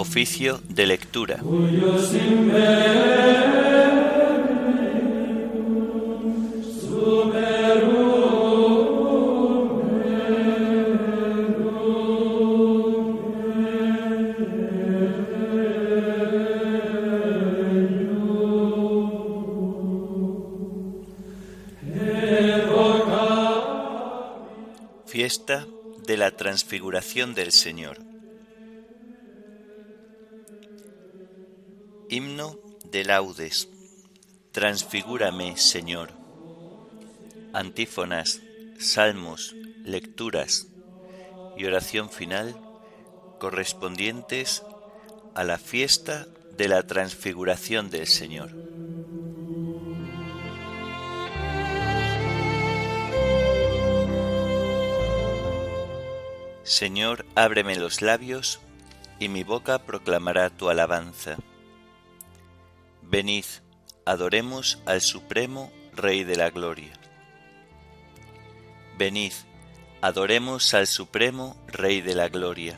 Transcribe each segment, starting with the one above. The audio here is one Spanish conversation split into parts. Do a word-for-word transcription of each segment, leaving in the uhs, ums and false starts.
Oficio de lectura. Fiesta de la Transfiguración del Señor. Himno de laudes. Transfigúrame, Señor. Antífonas, salmos, lecturas y oración final correspondientes a la fiesta de la Transfiguración del Señor. Señor, ábreme los labios, y mi boca proclamará tu alabanza. Venid, adoremos al Supremo Rey de la Gloria. Venid, adoremos al Supremo Rey de la Gloria.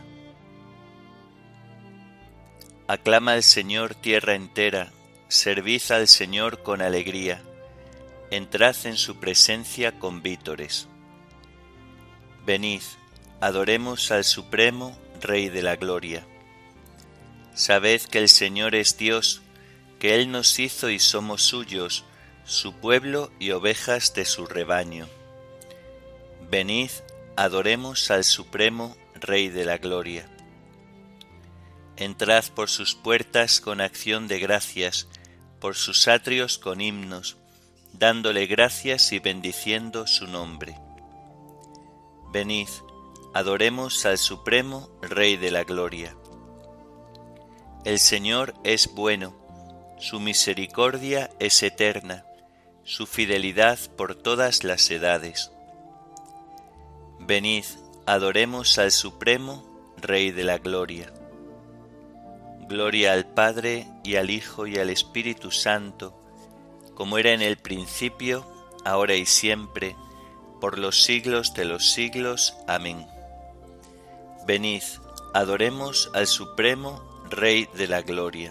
Aclama al Señor tierra entera, servid al Señor con alegría, entrad en su presencia con vítores. Venid, adoremos al Supremo Rey de la Gloria. Sabed que el Señor es Dios, que Él nos hizo y somos suyos, su pueblo y ovejas de su rebaño. Venid, adoremos al Supremo Rey de la Gloria. Entrad por sus puertas con acción de gracias, por sus atrios con himnos, dándole gracias y bendiciendo su nombre. Venid, adoremos al Supremo Rey de la Gloria. El Señor es bueno, su misericordia es eterna, su fidelidad por todas las edades. Venid, adoremos al Supremo Rey de la Gloria. Gloria al Padre, y al Hijo, y al Espíritu Santo, como era en el principio, ahora y siempre, por los siglos de los siglos. Amén. Venid, adoremos al Supremo Rey de la Gloria.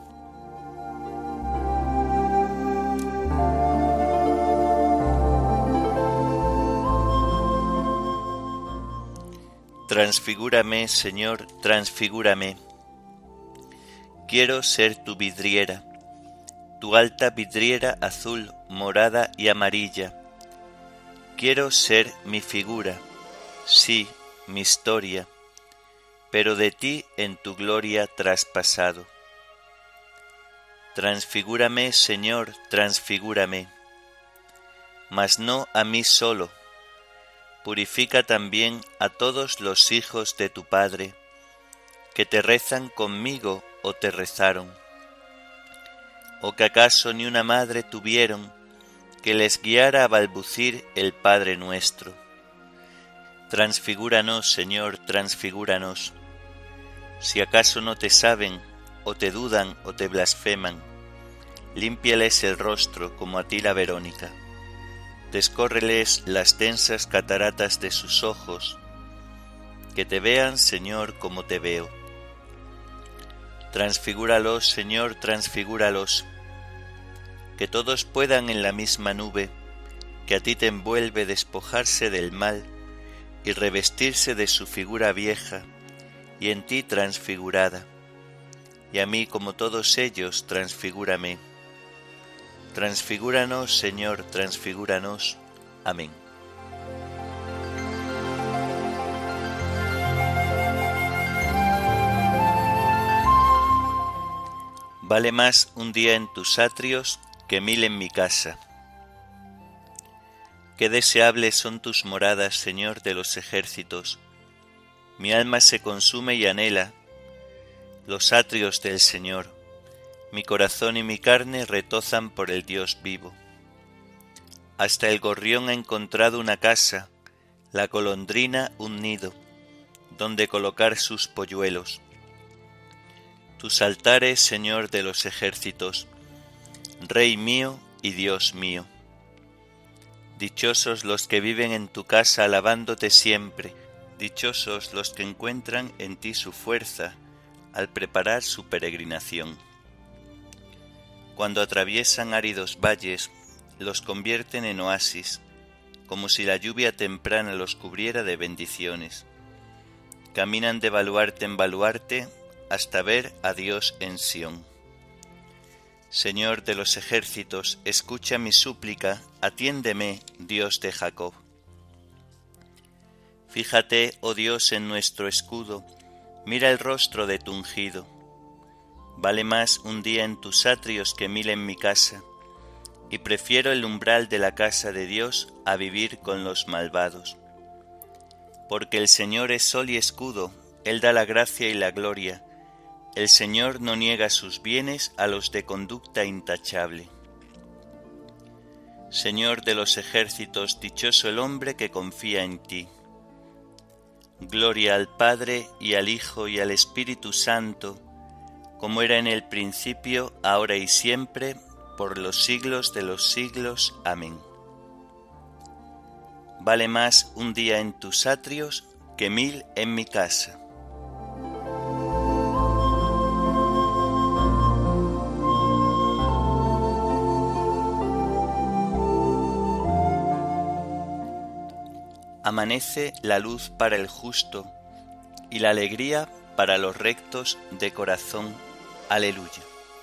Transfigúrame, Señor, transfigúrame. Quiero ser tu vidriera, tu alta vidriera azul, morada y amarilla. Quiero ser mi figura, sí, mi historia, pero de ti en tu gloria traspasado. Transfigúrame, Señor, transfigúrame, mas no a mí solo. Purifica también a todos los hijos de tu Padre, que te rezan conmigo o te rezaron, o que acaso ni una madre tuvieron que les guiara a balbucir el Padre Nuestro. Transfigúranos, Señor, transfigúranos. Si acaso no te saben, o te dudan, o te blasfeman, límpiales el rostro como a ti la Verónica. Descórreles las densas cataratas de sus ojos, que te vean, Señor, como te veo. Transfigúralos, Señor, transfigúralos, que todos puedan en la misma nube, que a ti te envuelve, despojarse del mal y revestirse de su figura vieja, y en ti transfigurada, y a mí como todos ellos transfigúrame. Transfigúranos, Señor, transfigúranos. Amén. Vale más un día en tus atrios que mil en mi casa. Qué deseables son tus moradas, Señor de los ejércitos. Mi alma se consume y anhela los atrios del Señor. Mi corazón y mi carne retozan por el Dios vivo. Hasta el gorrión ha encontrado una casa, la golondrina un nido, donde colocar sus polluelos. Tus altares, Señor de los ejércitos, Rey mío y Dios mío. Dichosos los que viven en tu casa alabándote siempre, dichosos los que encuentran en ti su fuerza, al preparar su peregrinación. Cuando atraviesan áridos valles, los convierten en oasis, como si la lluvia temprana los cubriera de bendiciones. Caminan de baluarte en baluarte hasta ver a Dios en Sión. Señor de los ejércitos, escucha mi súplica, atiéndeme, Dios de Jacob. Fíjate, oh Dios, en nuestro escudo, mira el rostro de tu ungido. Vale más un día en tus atrios que mil en mi casa, y prefiero el umbral de la casa de Dios a vivir con los malvados. Porque el Señor es sol y escudo, Él da la gracia y la gloria. El Señor no niega sus bienes a los de conducta intachable. Señor de los ejércitos, dichoso el hombre que confía en ti. Gloria al Padre y al Hijo y al Espíritu Santo, como era en el principio, ahora y siempre, por los siglos de los siglos. Amén. Vale más un día en tus atrios que mil en mi casa. Amanece la luz para el justo y la alegría para los rectos de corazón. Aleluya.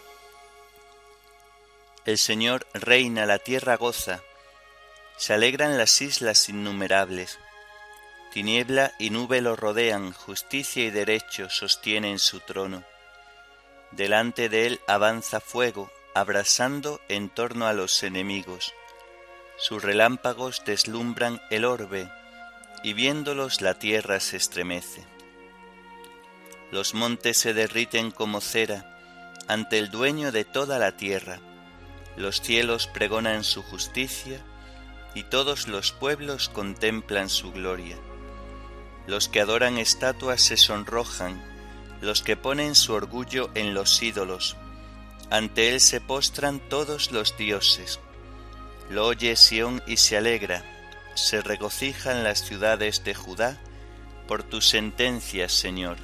El Señor reina, la tierra goza, se alegran las islas innumerables. Tiniebla y nube lo rodean, justicia y derecho sostienen su trono. Delante de él avanza fuego, abrasando en torno a los enemigos. Sus relámpagos deslumbran el orbe, y viéndolos la tierra se estremece. Los montes se derriten como cera ante el dueño de toda la tierra. Los cielos pregonan su justicia, y todos los pueblos contemplan su gloria. Los que adoran estatuas se sonrojan, los que ponen su orgullo en los ídolos. Ante él se postran todos los dioses. Lo oye Sión y se alegra, se regocijan las ciudades de Judá por tus sentencias, Señor.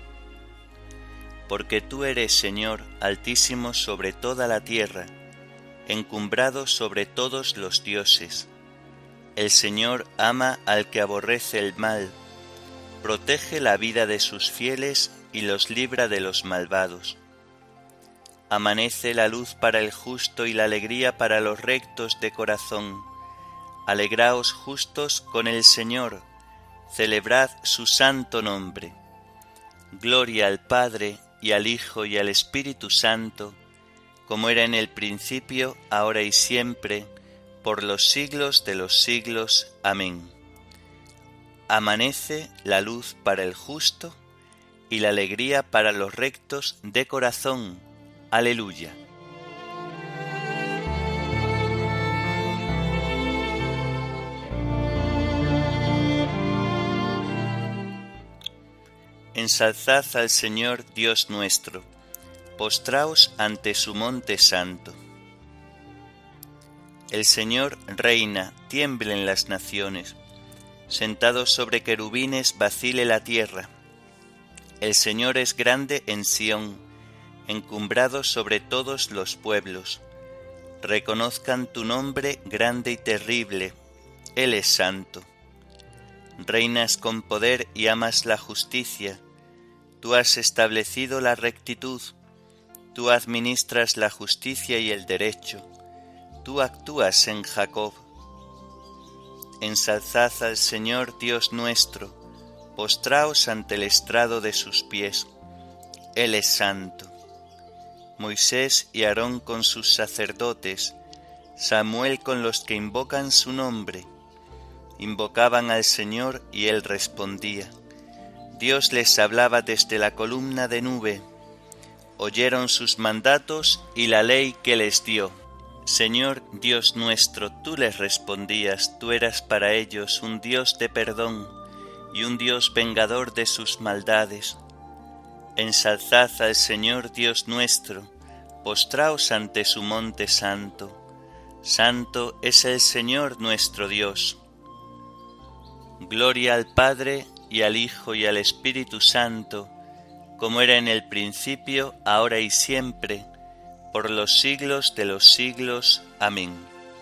Porque tú eres, Señor, altísimo sobre toda la tierra, encumbrado sobre todos los dioses. El Señor ama al que aborrece el mal, protege la vida de sus fieles y los libra de los malvados. Amanece la luz para el justo y la alegría para los rectos de corazón. Alegraos justos con el Señor, celebrad su santo nombre. Gloria al Padre y al Hijo y al Espíritu Santo, como era en el principio, ahora y siempre, por los siglos de los siglos. Amén. Amanece la luz para el justo y la alegría para los rectos de corazón. Aleluya. Ensalzad al Señor Dios nuestro, postraos ante su monte santo. El Señor reina, tiemblen las naciones, sentado sobre querubines vacile la tierra. El Señor es grande en Sión, encumbrado sobre todos los pueblos. Reconozcan tu nombre grande y terrible, Él es santo. Reinas con poder y amas la justicia, tú has establecido la rectitud, tú administras la justicia y el derecho, tú actúas en Jacob. Ensalzad al Señor Dios nuestro, postraos ante el estrado de sus pies, Él es santo. Moisés y Aarón con sus sacerdotes, Samuel con los que invocan su nombre, invocaban al Señor y Él respondía. Dios les hablaba desde la columna de nube. Oyeron sus mandatos y la ley que les dio. Señor Dios nuestro, tú les respondías, tú eras para ellos un Dios de perdón y un Dios vengador de sus maldades. Ensalzad al Señor Dios nuestro, postraos ante su monte santo. Santo es el Señor nuestro Dios. Gloria al Padre y al Hijo y al Espíritu Santo, como era en el principio, ahora y siempre, por los siglos de los siglos. Amén.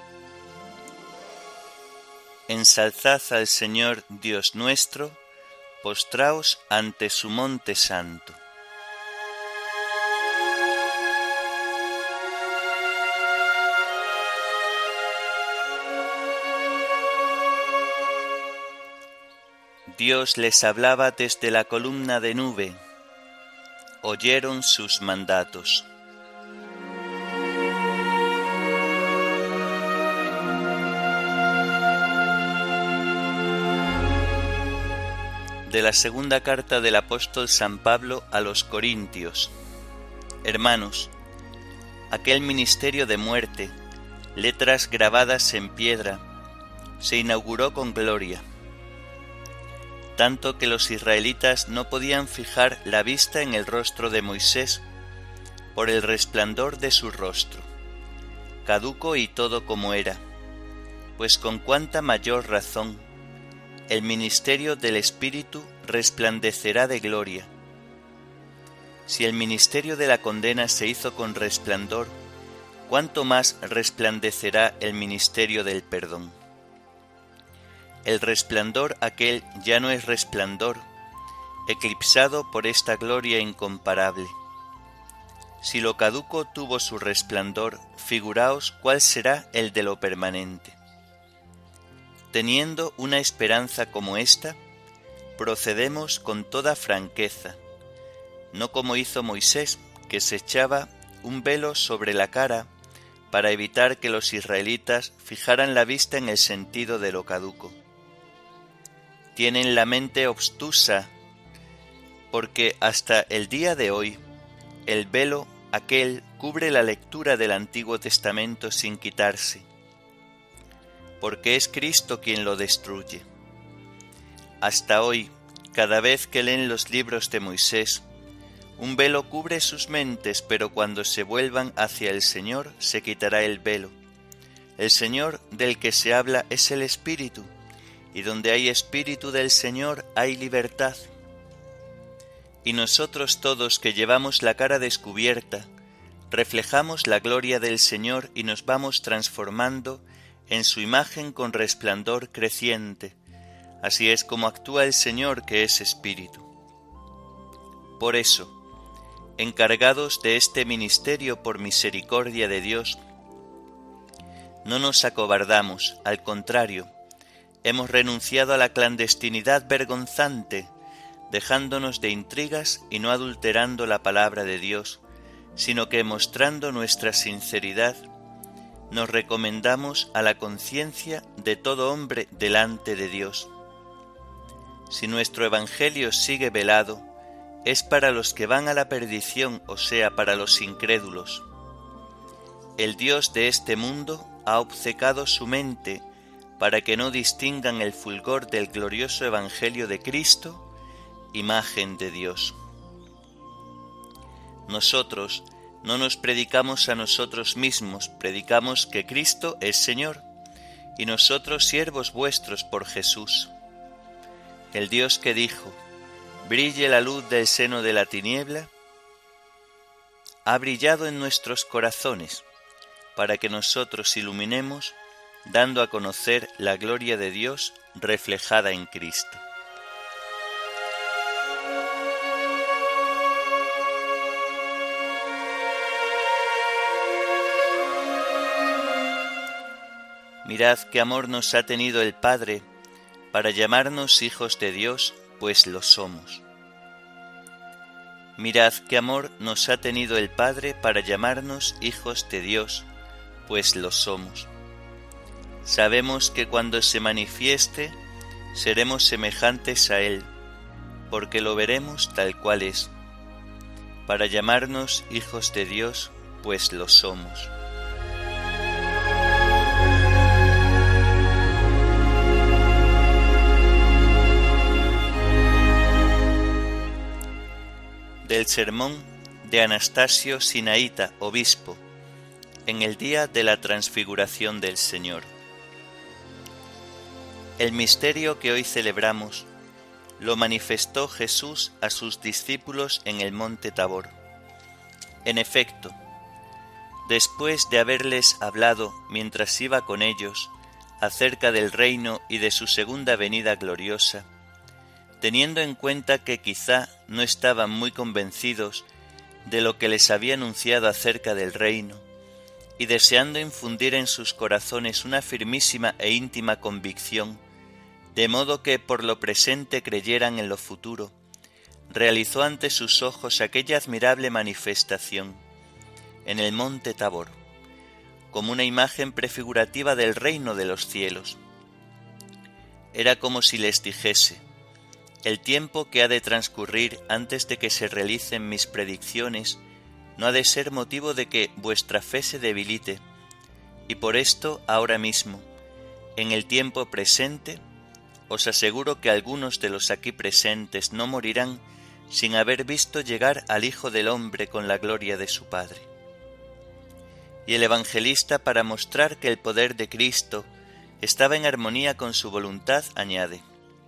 Ensalzad al Señor Dios nuestro, postraos ante su monte santo. Dios les hablaba desde la columna de nube, oyeron sus mandatos. De la segunda carta del apóstol San Pablo a los Corintios. Hermanos, aquel ministerio de muerte, letras grabadas en piedra, se inauguró con gloria, tanto que los israelitas no podían fijar la vista en el rostro de Moisés por el resplandor de su rostro, caduco y todo como era, pues con cuánta mayor razón el ministerio del Espíritu resplandecerá de gloria. Si el ministerio de la condena se hizo con resplandor, ¿cuánto más resplandecerá el ministerio del perdón? El resplandor aquel ya no es resplandor, eclipsado por esta gloria incomparable. Si lo caduco tuvo su resplandor, figuraos cuál será el de lo permanente. Teniendo una esperanza como esta, procedemos con toda franqueza, no como hizo Moisés, que se echaba un velo sobre la cara para evitar que los israelitas fijaran la vista en el sentido de lo caduco. Tienen la mente obstusa, porque hasta el día de hoy el velo aquel cubre la lectura del Antiguo Testamento sin quitarse, porque es Cristo quien lo destruye. Hasta hoy, cada vez que leen los libros de Moisés, un velo cubre sus mentes, pero cuando se vuelvan hacia el Señor se quitará el velo. El Señor del que se habla es el Espíritu, y donde hay Espíritu del Señor hay libertad. Y nosotros todos que llevamos la cara descubierta, reflejamos la gloria del Señor y nos vamos transformando en su imagen con resplandor creciente. Así es como actúa el Señor, que es Espíritu. Por eso, encargados de este ministerio por misericordia de Dios, no nos acobardamos, al contrario, hemos renunciado a la clandestinidad vergonzante, dejándonos de intrigas y no adulterando la palabra de Dios, sino que mostrando nuestra sinceridad, nos recomendamos a la conciencia de todo hombre delante de Dios. Si nuestro evangelio sigue velado, es para los que van a la perdición, o sea, para los incrédulos. El Dios de este mundo ha obcecado su mente para que no distingan el fulgor del glorioso evangelio de Cristo, imagen de Dios. Nosotros no nos predicamos a nosotros mismos, predicamos que Cristo es Señor, y nosotros siervos vuestros por Jesús. El Dios que dijo, brille la luz del seno de la tiniebla, ha brillado en nuestros corazones, para que nosotros iluminemos, dando a conocer la gloria de Dios reflejada en Cristo. Mirad qué amor nos ha tenido el Padre para llamarnos hijos de Dios, pues lo somos. Mirad qué amor nos ha tenido el Padre para llamarnos hijos de Dios, pues lo somos. Sabemos que cuando se manifieste, seremos semejantes a Él, porque lo veremos tal cual es, para llamarnos hijos de Dios, pues lo somos. Del sermón de Anastasio Sinaíta, obispo, en el día de la transfiguración del Señor. El misterio que hoy celebramos lo manifestó Jesús a sus discípulos en el monte Tabor. En efecto, después de haberles hablado mientras iba con ellos acerca del reino y de su segunda venida gloriosa, teniendo en cuenta que quizá no estaban muy convencidos de lo que les había anunciado acerca del reino, y deseando infundir en sus corazones una firmísima e íntima convicción, de modo que por lo presente creyeran en lo futuro, realizó ante sus ojos aquella admirable manifestación en el monte Tabor, como una imagen prefigurativa del reino de los cielos. Era como si les dijese: el tiempo que ha de transcurrir antes de que se realicen mis predicciones no ha de ser motivo de que vuestra fe se debilite, y por esto ahora mismo, en el tiempo presente, os aseguro que algunos de los aquí presentes no morirán sin haber visto llegar al Hijo del Hombre con la gloria de su Padre. Y el evangelista, para mostrar que el poder de Cristo estaba en armonía con su voluntad, añade: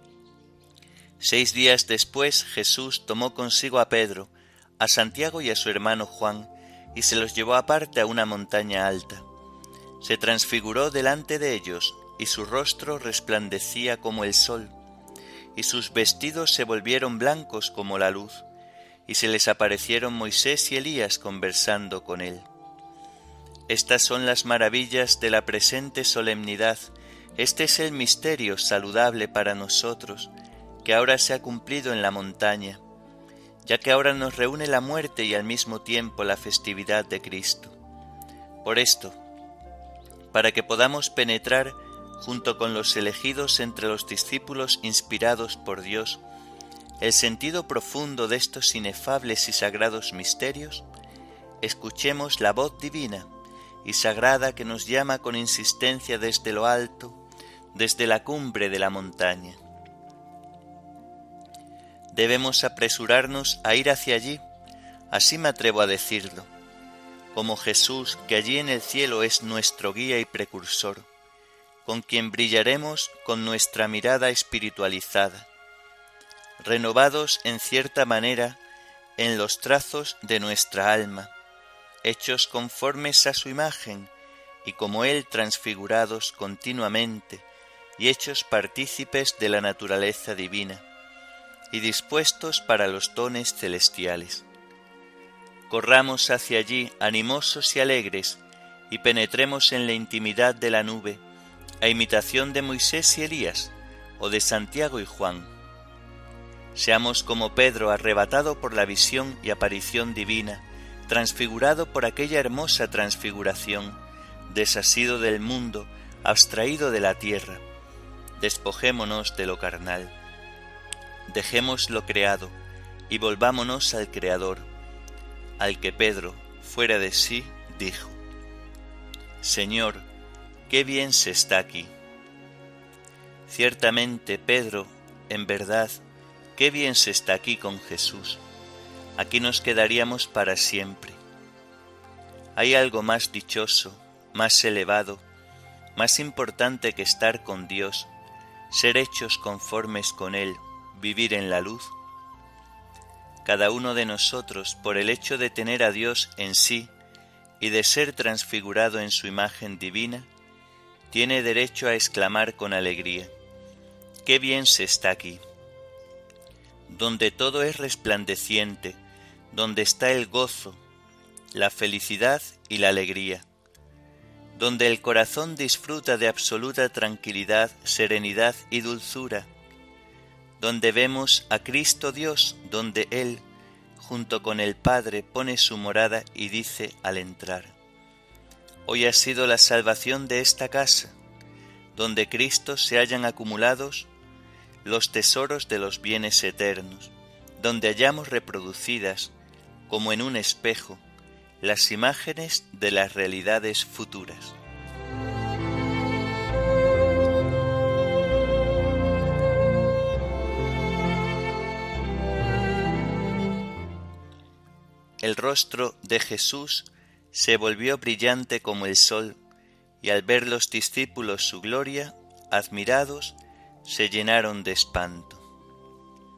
Seis días después Jesús tomó consigo a Pedro, a Santiago y a su hermano Juan, y se los llevó aparte a una montaña alta. Se transfiguró delante de ellos, y su rostro resplandecía como el sol, y sus vestidos se volvieron blancos como la luz, y se les aparecieron Moisés y Elías conversando con él. Estas son las maravillas de la presente solemnidad. Este es el misterio saludable para nosotros, que ahora se ha cumplido en la montaña, ya que ahora nos reúne la muerte y al mismo tiempo la festividad de Cristo. Por esto, para que podamos penetrar junto con los elegidos entre los discípulos inspirados por Dios, el sentido profundo de estos inefables y sagrados misterios, escuchemos la voz divina y sagrada que nos llama con insistencia desde lo alto, desde la cumbre de la montaña. Debemos apresurarnos a ir hacia allí, así me atrevo a decirlo, como Jesús, que allí en el cielo es nuestro guía y precursor, con quien brillaremos con nuestra mirada espiritualizada, renovados en cierta manera en los trazos de nuestra alma, hechos conformes a su imagen, y como Él transfigurados continuamente y hechos partícipes de la naturaleza divina, y dispuestos para los dones celestiales. Corramos hacia allí animosos y alegres, y penetremos en la intimidad de la nube, a imitación de Moisés y Elías, o de Santiago y Juan. Seamos como Pedro, arrebatado por la visión y aparición divina, transfigurado por aquella hermosa transfiguración, desasido del mundo, abstraído de la tierra. Despojémonos de lo carnal. Dejemos lo creado y volvámonos al Creador, al que Pedro, fuera de sí, dijo: Señor, qué bien se está aquí. Ciertamente, Pedro, en verdad, qué bien se está aquí con Jesús. Aquí nos quedaríamos para siempre. ¿Hay algo más dichoso, más elevado, más importante que estar con Dios, ser hechos conformes con Él, vivir en la luz? Cada uno de nosotros, por el hecho de tener a Dios en sí y de ser transfigurado en su imagen divina, tiene derecho a exclamar con alegría: ¡qué bien se está aquí! Donde todo es resplandeciente, donde está el gozo, la felicidad y la alegría, donde el corazón disfruta de absoluta tranquilidad, serenidad y dulzura, donde vemos a Cristo Dios, donde Él, junto con el Padre, pone su morada y dice al entrar: hoy ha sido la salvación de esta casa, donde Cristo se hallan acumulados los tesoros de los bienes eternos, donde hallamos reproducidas, como en un espejo, las imágenes de las realidades futuras. El rostro de Jesús se volvió brillante como el sol, y al ver los discípulos su gloria, admirados, se llenaron de espanto.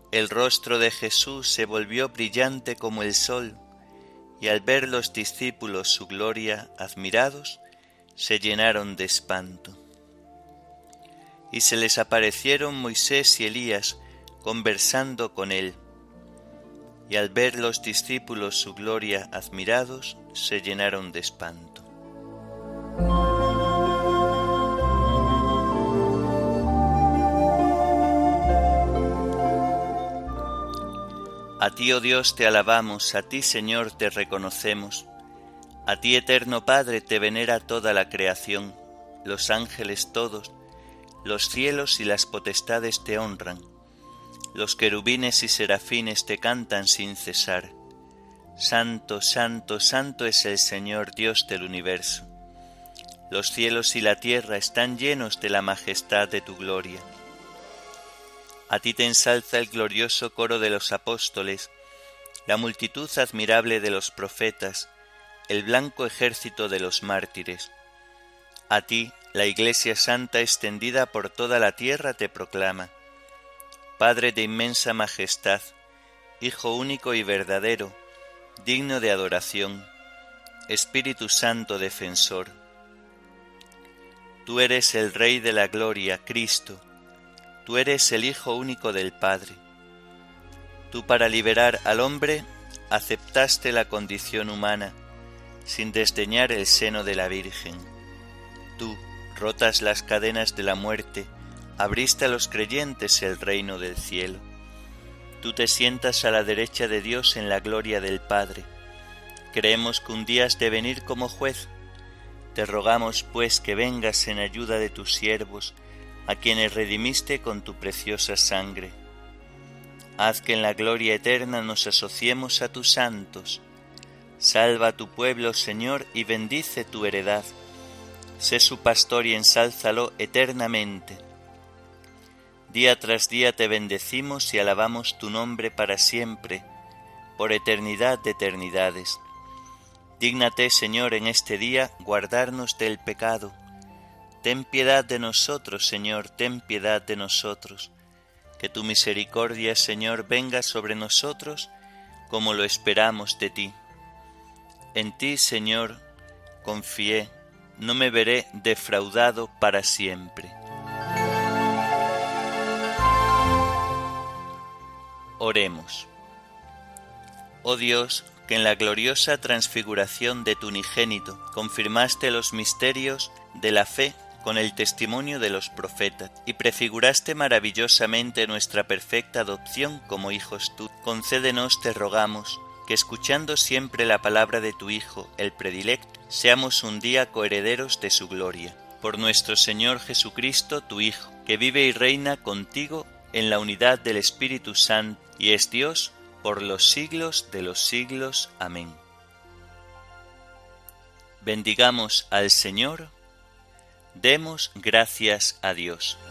El rostro de Jesús se volvió brillante como el sol, y al ver los discípulos su gloria, admirados, se llenaron de espanto. Y se les aparecieron Moisés y Elías, conversando con él. Y al ver los discípulos su gloria, admirados, se llenaron de espanto. A ti, oh Dios, te alabamos, a ti, Señor, te reconocemos. A ti, eterno Padre, te venera toda la creación, los ángeles todos, los cielos y las potestades te honran. Los querubines y serafines te cantan sin cesar. Santo, santo, santo es el Señor Dios del universo. Los cielos y la tierra están llenos de la majestad de tu gloria. A ti te ensalza el glorioso coro de los apóstoles, la multitud admirable de los profetas, el blanco ejército de los mártires. A ti, la Iglesia Santa extendida por toda la tierra te proclama. Padre de inmensa majestad, Hijo único y verdadero, digno de adoración, Espíritu Santo defensor. Tú eres el Rey de la gloria, Cristo. Tú eres el Hijo único del Padre. Tú, para liberar al hombre, aceptaste la condición humana, sin desdeñar el seno de la Virgen. Tú, rotas las cadenas de la muerte, abriste a los creyentes el reino del cielo. Tú te sientas a la derecha de Dios en la gloria del Padre. Creemos que un día has de venir como juez. Te rogamos, pues, que vengas en ayuda de tus siervos, a quienes redimiste con tu preciosa sangre. Haz que en la gloria eterna nos asociemos a tus santos. Salva a tu pueblo, Señor, y bendice tu heredad. Sé su pastor y ensálzalo eternamente. Día tras día te bendecimos y alabamos tu nombre para siempre, por eternidad de eternidades. Dígnate, Señor, en este día guardarnos del pecado. Ten piedad de nosotros, Señor, ten piedad de nosotros. Que tu misericordia, Señor, venga sobre nosotros como lo esperamos de ti. En ti, Señor, confié, no me veré defraudado para siempre. Oremos. Oh Dios, que en la gloriosa transfiguración de tu unigénito confirmaste los misterios de la fe con el testimonio de los profetas, y prefiguraste maravillosamente nuestra perfecta adopción como hijos tuyos, concédenos, te rogamos, que escuchando siempre la palabra de tu Hijo, el predilecto, seamos un día coherederos de su gloria. Por nuestro Señor Jesucristo, tu Hijo, que vive y reina contigo en la unidad del Espíritu Santo, y es Dios por los siglos de los siglos. Amén. Bendigamos al Señor. Demos gracias a Dios.